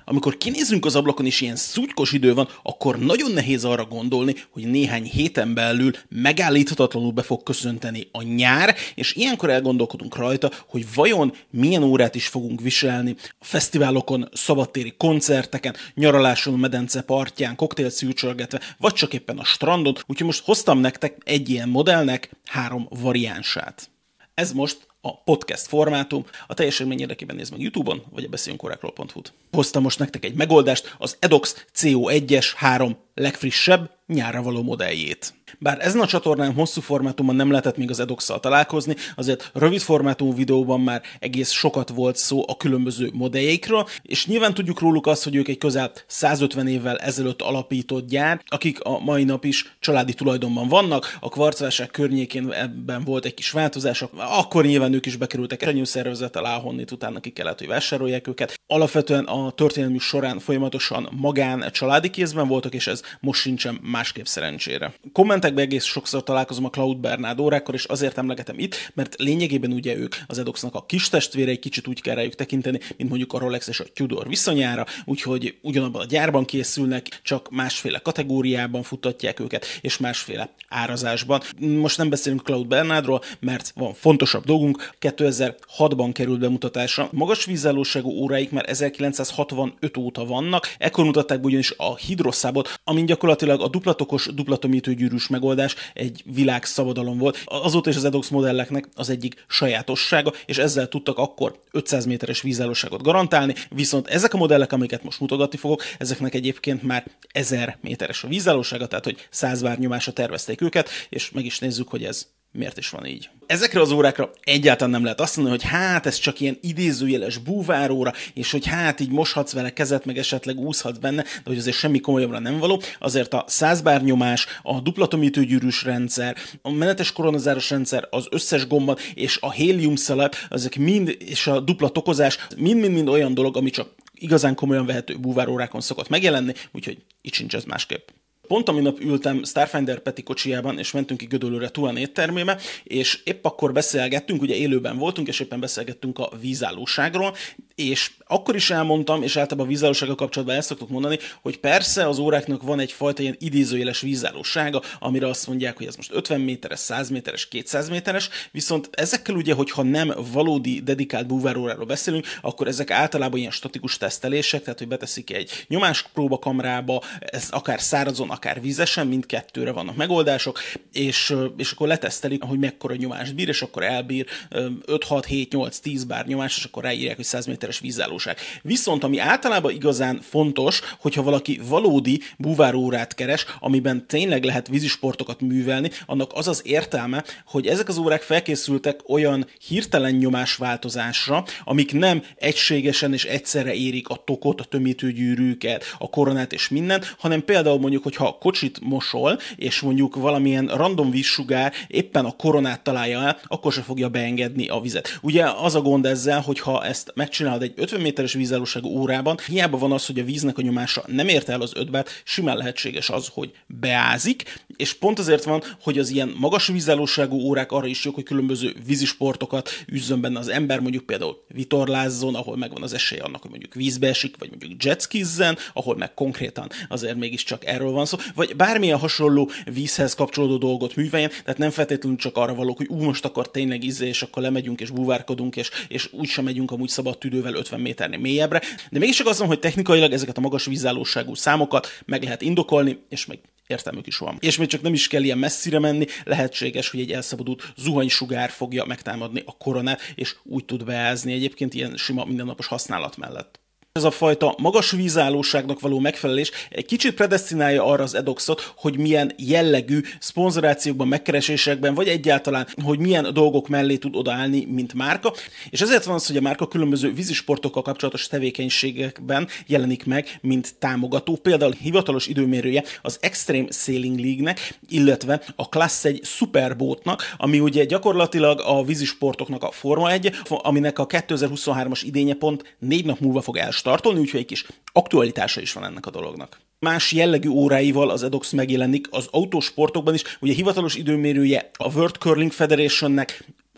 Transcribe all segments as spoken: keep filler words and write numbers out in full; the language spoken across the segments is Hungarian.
Amikor kinézünk az ablakon és ilyen szutykos idő van, akkor nagyon nehéz arra gondolni, hogy néhány héten belül megállíthatatlanul be fog köszönteni a nyár, és ilyenkor elgondolkodunk rajta, hogy vajon milyen órát is fogunk viselni a fesztiválokon, szabadtéri koncerteken, nyaraláson a medence partján, koktélt szűrcsörgetve, vagy csak éppen a strandon, úgyhogy most hoztam nektek egy ilyen modellnek három variánsát. Ez most a podcast formátum, a teljes élmény érdekében nézd meg YouTube-on, vagy a beszéljünk órákról pont hu-t. Hoztam most nektek egy megoldást, az Edox C O egyes három legfrissebb, nyárra való modelljét. Bár ezen a csatornán hosszú formátumban nem lehetett még az Edox-szal találkozni, azért rövid formátumú videóban már egész sokat volt szó a különböző modelljeikről, és nyilván tudjuk róluk azt, hogy ők egy közel százötven évvel ezelőtt alapított gyár, akik a mai nap is családi tulajdonban vannak, a kvarcvásár környékén ebben volt egy kis változás, akkor nyilván ők is bekerültek egy szervezettel, ahonnét utána ki kellett, hogy vásárolják őket. Alapvetően a történelmük során folyamatosan magán családi kézben voltak, és ez most sincsen másképp szerencsére. Kommentekben egész sokszor találkozom a Claude Bernard órákkal, és azért emlegetem itt, mert lényegében ugye ők az Edoxnak a kis testvére, egy kicsit úgy kell rájuk tekinteni, mint mondjuk a Rolex és a Tudor viszonyára, úgyhogy ugyanabban a gyárban készülnek, csak másféle kategóriában futtatják őket, és másféle árazásban. Most nem beszélünk Claude Bernardról, mert van fontosabb dolgunk. kétezer-hatban került bemutatásra. Magas vízállóságú óráik már ezerkilencszázhatvanöt óta vannak, ekkor mutatták be ugyanis a hidroszábot, amin gyakorlatilag a duplatokos, duplatomítőgyűrűs megoldás egy világszabadalom volt. Azóta is az Edox modelleknek az egyik sajátossága, és ezzel tudtak akkor ötszáz méteres vízállóságot garantálni, viszont ezek a modellek, amiket most mutogatni fogok, ezeknek egyébként már ezer méteres a vízállósága, tehát hogy száz bár nyomásra tervezték őket, és meg is nézzük, hogy ez miért is van így. Ezekre az órákra egyáltalán nem lehet azt mondani, hogy hát ez csak ilyen idézőjeles búváróra, és hogy hát így moshatsz vele kezet, meg esetleg úszhatsz benne, de hogy azért semmi komolyabbra nem való. Azért a száz bár nyomás, a duplatomítőgyűrűs rendszer, a menetes koronazáros rendszer, az összes gombbal, és a hélium szelep, ezek mind, és a dupla tokozás, mind-mind-mind olyan dolog, ami csak igazán komolyan vehető búvárórákon szokott megjelenni, úgyhogy itt sincs ez másképp. Pont a minap ültem Starfinder Peti kocsijában, és mentünk ki Gödöllőre Tuan éttermébe, és épp akkor beszélgettünk, ugye élőben voltunk, és éppen beszélgettünk a vízállóságról, és akkor is elmondtam, és általában a vízállósággal kapcsolatban el szoktuk mondani, hogy persze az óráknak van egyfajta ilyen idézőjeles vízállósága, amire azt mondják, hogy ez most ötven méteres, száz méteres, kétszáz méteres, viszont ezekkel ugye, hogyha nem valódi dedikált búváróráról beszélünk, akkor ezek általában ilyen statikus tesztelések, tehát hogy beteszik egy nyomáspróbakamrába, ez akár szárazon, akár vízesen, mindkettőre vannak megoldások, és, és akkor letesztelik, hogy mekkora nyomást bír, és akkor elbír öt, hat, hét, nyolc, tíz bár nyomás, és akkor ráírják, hogy száz méteres vízállóság. Viszont ami általában igazán fontos, hogyha valaki valódi búvárórát keres, amiben tényleg lehet vízisportokat művelni, annak az az értelme, hogy ezek az órák felkészültek olyan hirtelen nyomásváltozásra, amik nem egységesen és egyszerre érik a tokot, a tömítőgyűrűket, a koronát és mindent, hanem például mondjuk, hogy ha kocsit mosol, és mondjuk valamilyen random vízsugár éppen a koronát találja el, akkor se fogja beengedni a vizet. Ugye az a gond ezzel, hogy ha ezt megcsinálod egy ötven méteres vízállóságú órában, hiába van az, hogy a víznek a nyomása nem ért el az öt bárt, simán lehetséges az, hogy beázik, és pont azért van, hogy az ilyen magas vízállóságú órák arra is jók, hogy különböző vízisportokat üzzön benne az ember, mondjuk például vitorlázzon, ahol megvan az esély annak, hogy mondjuk vízbe esik, vagy mondjuk jetskizzen, ahol meg konkrétan azért mégiscsak erről van szó, vagy bármilyen hasonló vízhez kapcsolódó dolgot műveljen, tehát nem feltétlenül csak arra valók, hogy ú, most akkor tényleg izé, és akkor lemegyünk és búvárkodunk, és, és úgysem megyünk amúgy szabad tüdővel ötven méternél mélyebbre, de mégis csak azt mondom, hogy technikailag ezeket a magas vízállóságú számokat meg lehet indokolni, és meg értelmük is van. És még csak nem is kell ilyen messzire menni, lehetséges, hogy egy elszabadult zuhanysugár fogja megtámadni a koronát, és úgy tud beázni egyébként ilyen sima mindennapos használat mellett. Ez a fajta magas vízállóságnak való megfelelés egy kicsit predesztinálja arra az Edoxot, hogy milyen jellegű szponzorációkban, megkeresésekben, vagy egyáltalán, hogy milyen dolgok mellé tud odaállni, mint márka. És ezért van az, hogy a márka különböző vízisportokkal kapcsolatos tevékenységekben jelenik meg, mint támogató. Például hivatalos időmérője az Extreme Sailing League-nek, illetve a Class egy Superboatnak, ami ugye gyakorlatilag a vízisportoknak a Forma egy, aminek a kétezer-huszonhármas idénye pont négy nap múlva fog elstartolni, úgyhogy egy kis aktualitása is van ennek a dolognak. Más jellegű óráival az Edox megjelenik az autósportokban is, ugye hivatalos időmérője a World Curling Federationnek,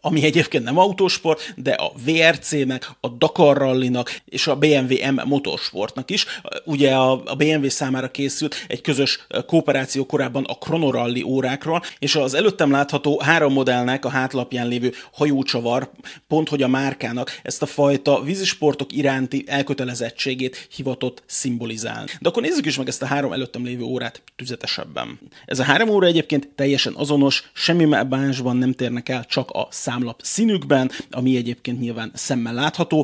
ami egyébként nem autósport, de a vé er cé-nek, a Dakar Rallynak és a bé em vé M motorsportnak is. Ugye a bé em vé számára készült egy közös kooperáció korábban a Chrono Rally órákról, és az előttem látható három modellnek a hátlapján lévő hajócsavar pont, hogy a márkának ezt a fajta vízisportok iránti elkötelezettségét hivatott szimbolizálni. De akkor nézzük is meg ezt a három előttem lévő órát tüzetesebben. Ez a három óra egyébként teljesen azonos, semmi másban nem térnek el, csak a számlap színükben, ami egyébként nyilván szemmel látható.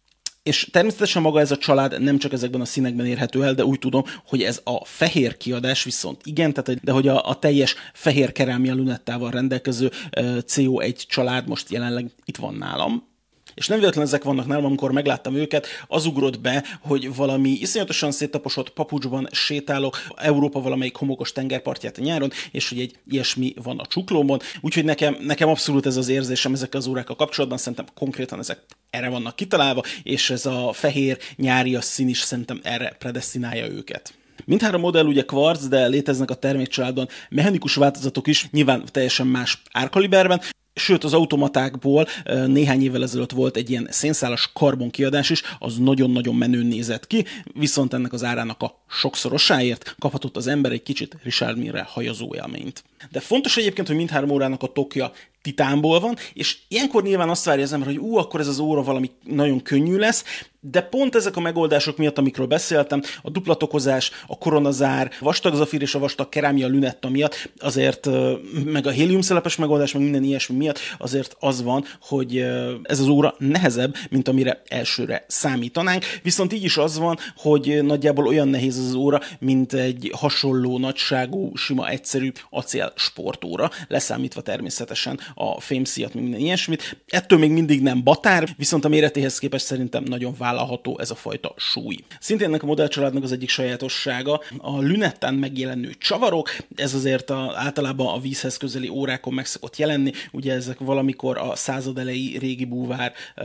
És természetesen maga ez a család nem csak ezekben a színekben érhető el, de úgy tudom, hogy ez a fehér kiadás viszont igen, tehát, de hogy a, a teljes fehér kerámia lunettával rendelkező cé o egy család most jelenleg itt van nálam. És nem véletlenül ezek vannak nálam, amikor megláttam őket, az ugrott be, hogy valami iszonyatosan széttaposott papucsban sétálok Európa valamelyik homokos tengerpartját a nyáron, és hogy egy ilyesmi van a csuklómon. Úgyhogy nekem, nekem abszolút ez az érzésem ezekkel az órákkal kapcsolatban, szerintem konkrétan ezek erre vannak kitalálva, és ez a fehér nyárias szín is szerintem erre predesztinálja őket. Mindhárom modell ugye kvarc, de léteznek a termékcsaládban mechanikus változatok is, nyilván teljesen más árkaliberben. Sőt, az automatákból néhány évvel ezelőtt volt egy ilyen szénszálas karbon kiadás is, az nagyon-nagyon menőn nézett ki, viszont ennek az árának a sokszorosáért kaphatott az ember egy kicsit Richard Mille-re hajazó élményt. De fontos egyébként, hogy mindhárom órának a tokja titánból van, és ilyenkor nyilván azt várja az ember, hogy ú, akkor ez az óra valami nagyon könnyű lesz, de pont ezek a megoldások miatt, amikről beszéltem, a dupla tokozás, a koronazár, a vastag zafír és a vastag kerámia lünetta miatt, azért meg a héliumszelepes megoldás, meg minden ilyesmi miatt azért az van, hogy ez az óra nehezebb, mint amire elsőre számítanánk, viszont így is az van, hogy nagyjából olyan nehéz az óra, mint egy hasonló nagyságú, sima, egyszerű acél sportóra, leszámítva természetesen a fémszíjat, meg minden ilyesmit. Ettől még mindig nem batár, viszont a méretéhez képest szerintem nagyon vállalható ez a fajta súly. Szintén ennek a modellcsaládnak az egyik sajátossága a lünettán megjelenő csavarok, ez azért a, általában a vízhez közeli órákon meg szokott jelenni, ugye ezek valamikor a század elejé régi búvár uh,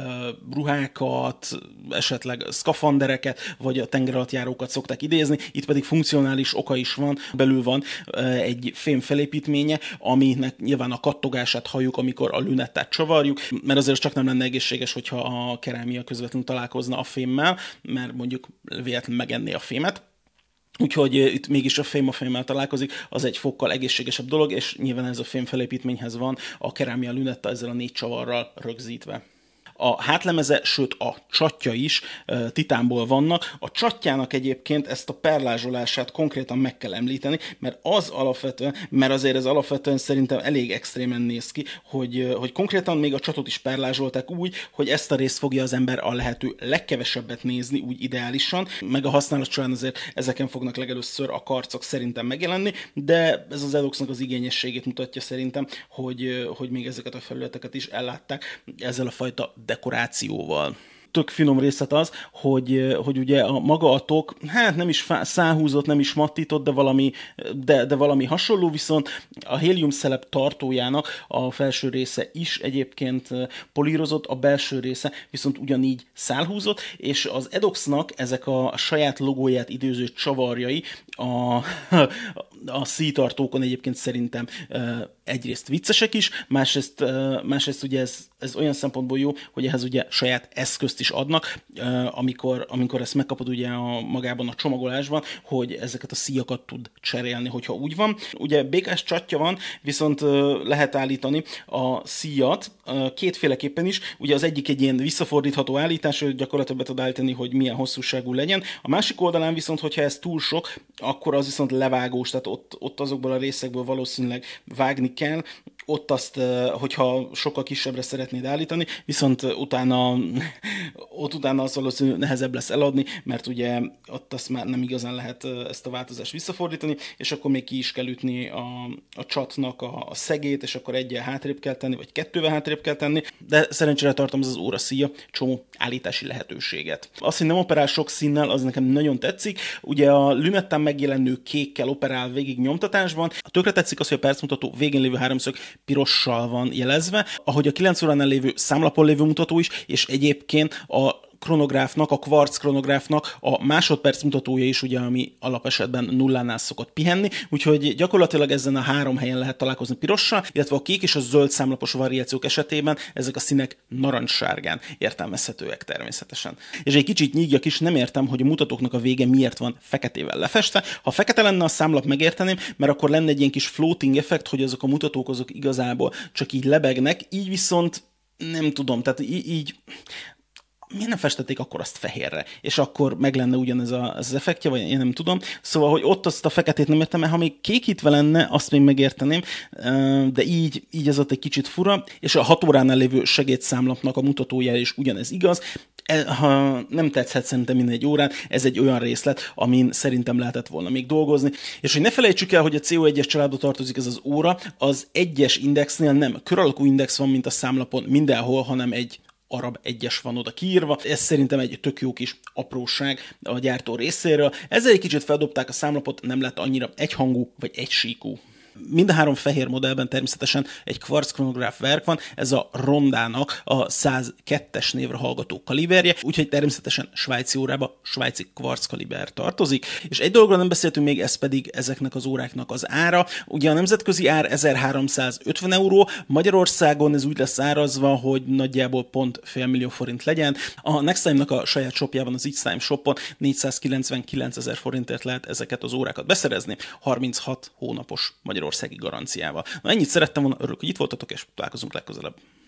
ruhákat, esetleg szkafandereket, vagy a tengeralattjárókat szokták idézni, itt pedig funkcionális oka is van, belül van uh, egy fém felépítménye, aminek nyilván a kattogását halljuk, amikor a lünettát csavarjuk, mert azért csak nem lenne egészséges, hogyha a kerámia közvetlenül találkozna a fémmel, mert mondjuk véletlenül megenné a fémet. Úgyhogy itt mégis a fém a fémmel találkozik, az egy fokkal egészségesebb dolog, és nyilván ez a fém felépítményhez van a kerámia lünetta ezzel a négy csavarral rögzítve. A hátlemeze, sőt a csatja is e, titánból vannak. A csatjának egyébként ezt a perlázsolását konkrétan meg kell említeni, mert az alapvetően, mert azért ez alapvetően szerintem elég extrémen néz ki, hogy, hogy konkrétan még a csatot is perlázsolták úgy, hogy ezt a részt fogja az ember a lehető legkevesebbet nézni, úgy ideálisan, meg a használat során azért ezeken fognak legelőször a karcok szerintem megjelenni, de ez az Edoxnak az igényességét mutatja szerintem, hogy, hogy még ezeket a felületeket is ellátták ezzel a fajta dekorációval. Tök finom részlet az, hogy, hogy ugye a maga a tok, hát nem is száhúzott, nem is mattított, de valami, de, de valami hasonló, viszont a héliumszelep tartójának a felső része is egyébként polírozott, a belső része viszont ugyanígy szálhúzott, és az Edoxnak ezek a saját logóját időző csavarjai a, a szíjtartókon egyébként szerintem egyrészt viccesek is, másrészt, másrészt ugye ez, ez olyan szempontból jó, hogy ehhez ugye saját eszközt is adnak, amikor, amikor ezt megkapod ugye a, magában a csomagolásban, hogy ezeket a szíjakat tud cserélni, hogyha úgy van. Ugye békás csatja van, viszont lehet állítani a szíjat kétféleképpen is. Ugye az egyik egy ilyen visszafordítható állítás, hogy gyakorlatilag be tud állítani, hogy milyen hosszúságú legyen. A másik oldalán viszont, hogyha ez túl sok, akkor az viszont levágós, tehát ott, ott azokból a részekből valószínűleg vágni kell, ott azt, hogyha sokkal kisebbre szeretnéd állítani, viszont utána, ott utána az valószínűleg nehezebb lesz eladni, mert ugye ott azt már nem igazán lehet ezt a változást visszafordítani, és akkor még ki is kell ütni a, a csatnak a, a szegét, és akkor egyel hátrébb kell tenni, vagy kettővel hátrébb kell tenni, de szerencsére tartom az az óra szíja csomó állítási lehetőséget. Az, hogy nem operál sok színnel, az nekem nagyon tetszik. Ugye a lünettán megjelenő kékkel operál végig nyomtatásban. Tökre tetszik az, hogy a percmutató végén lévő háromszög pirossal van jelezve, ahogy a kilenc óránál lévő számlapon lévő mutató is, és egyébként a kronográfnak, a kvarc kronográfnak a másodperc mutatója is ugye, ami alapesetben nullánál szokott pihenni, úgyhogy gyakorlatilag ezen a három helyen lehet találkozni pirossal, illetve a kék és a zöld számlapos variációk esetében ezek a színek narancssárgán értelmezhetőek természetesen. És egy kicsit nyígjak is, nem értem, hogy a mutatóknak a vége miért van feketével lefestve. Ha fekete lenne a számlap, megérteném, mert akkor lenne egy ilyen kis floating effekt, hogy azok a mutatók azok igazából csak így lebegnek, így viszont nem tudom, tehát így, így miért nem festették akkor azt fehérre, és akkor meg lenne ugyanez a, az effektje, vagy én nem tudom. Szóval, hogy ott azt a feketét nem értem, mert ha még kékítve lenne, azt még megérteném, de így, így ez ott egy kicsit fura, és a hat óránál lévő segédszámlapnak a mutatójára is ugyanez igaz. Ha nem tetszett szerintem minden egy órán, ez egy olyan részlet, amin szerintem lehetett volna még dolgozni. És hogy ne felejtsük el, hogy a C O egyes családba tartozik ez az óra, az egyes indexnél nem kör alakú index van, mint a számlapon mindenhol, hanem egy arab egyes van oda kiírva. Ez szerintem egy tök jó kis apróság a gyártó részéről. Ezzel egy kicsit feldobták a számlapot, nem lett annyira egyhangú vagy egysíkú. Mind a három fehér modellben természetesen egy kvarc kronográf verk van, ez a Rondának a száz kettes névre hallgató kaliberje, úgyhogy természetesen svájci órába svájci kvarc kaliber tartozik. És egy dologról nem beszéltünk még, ez pedig ezeknek az óráknak az ára. Ugye a nemzetközi ár ezerháromszázötven euró, Magyarországon ez úgy lesz árazva, hogy nagyjából pont félmillió forint legyen. A Nextime-nak a saját shopjában, az X-Time shopon négyszázkilencvenkilencezer forintért lehet ezeket az órákat beszerezni, harminchat hónapos magyarországi garanciával. Na ennyit szerettem volna, örülök, hogy itt voltatok, és találkozunk legközelebb.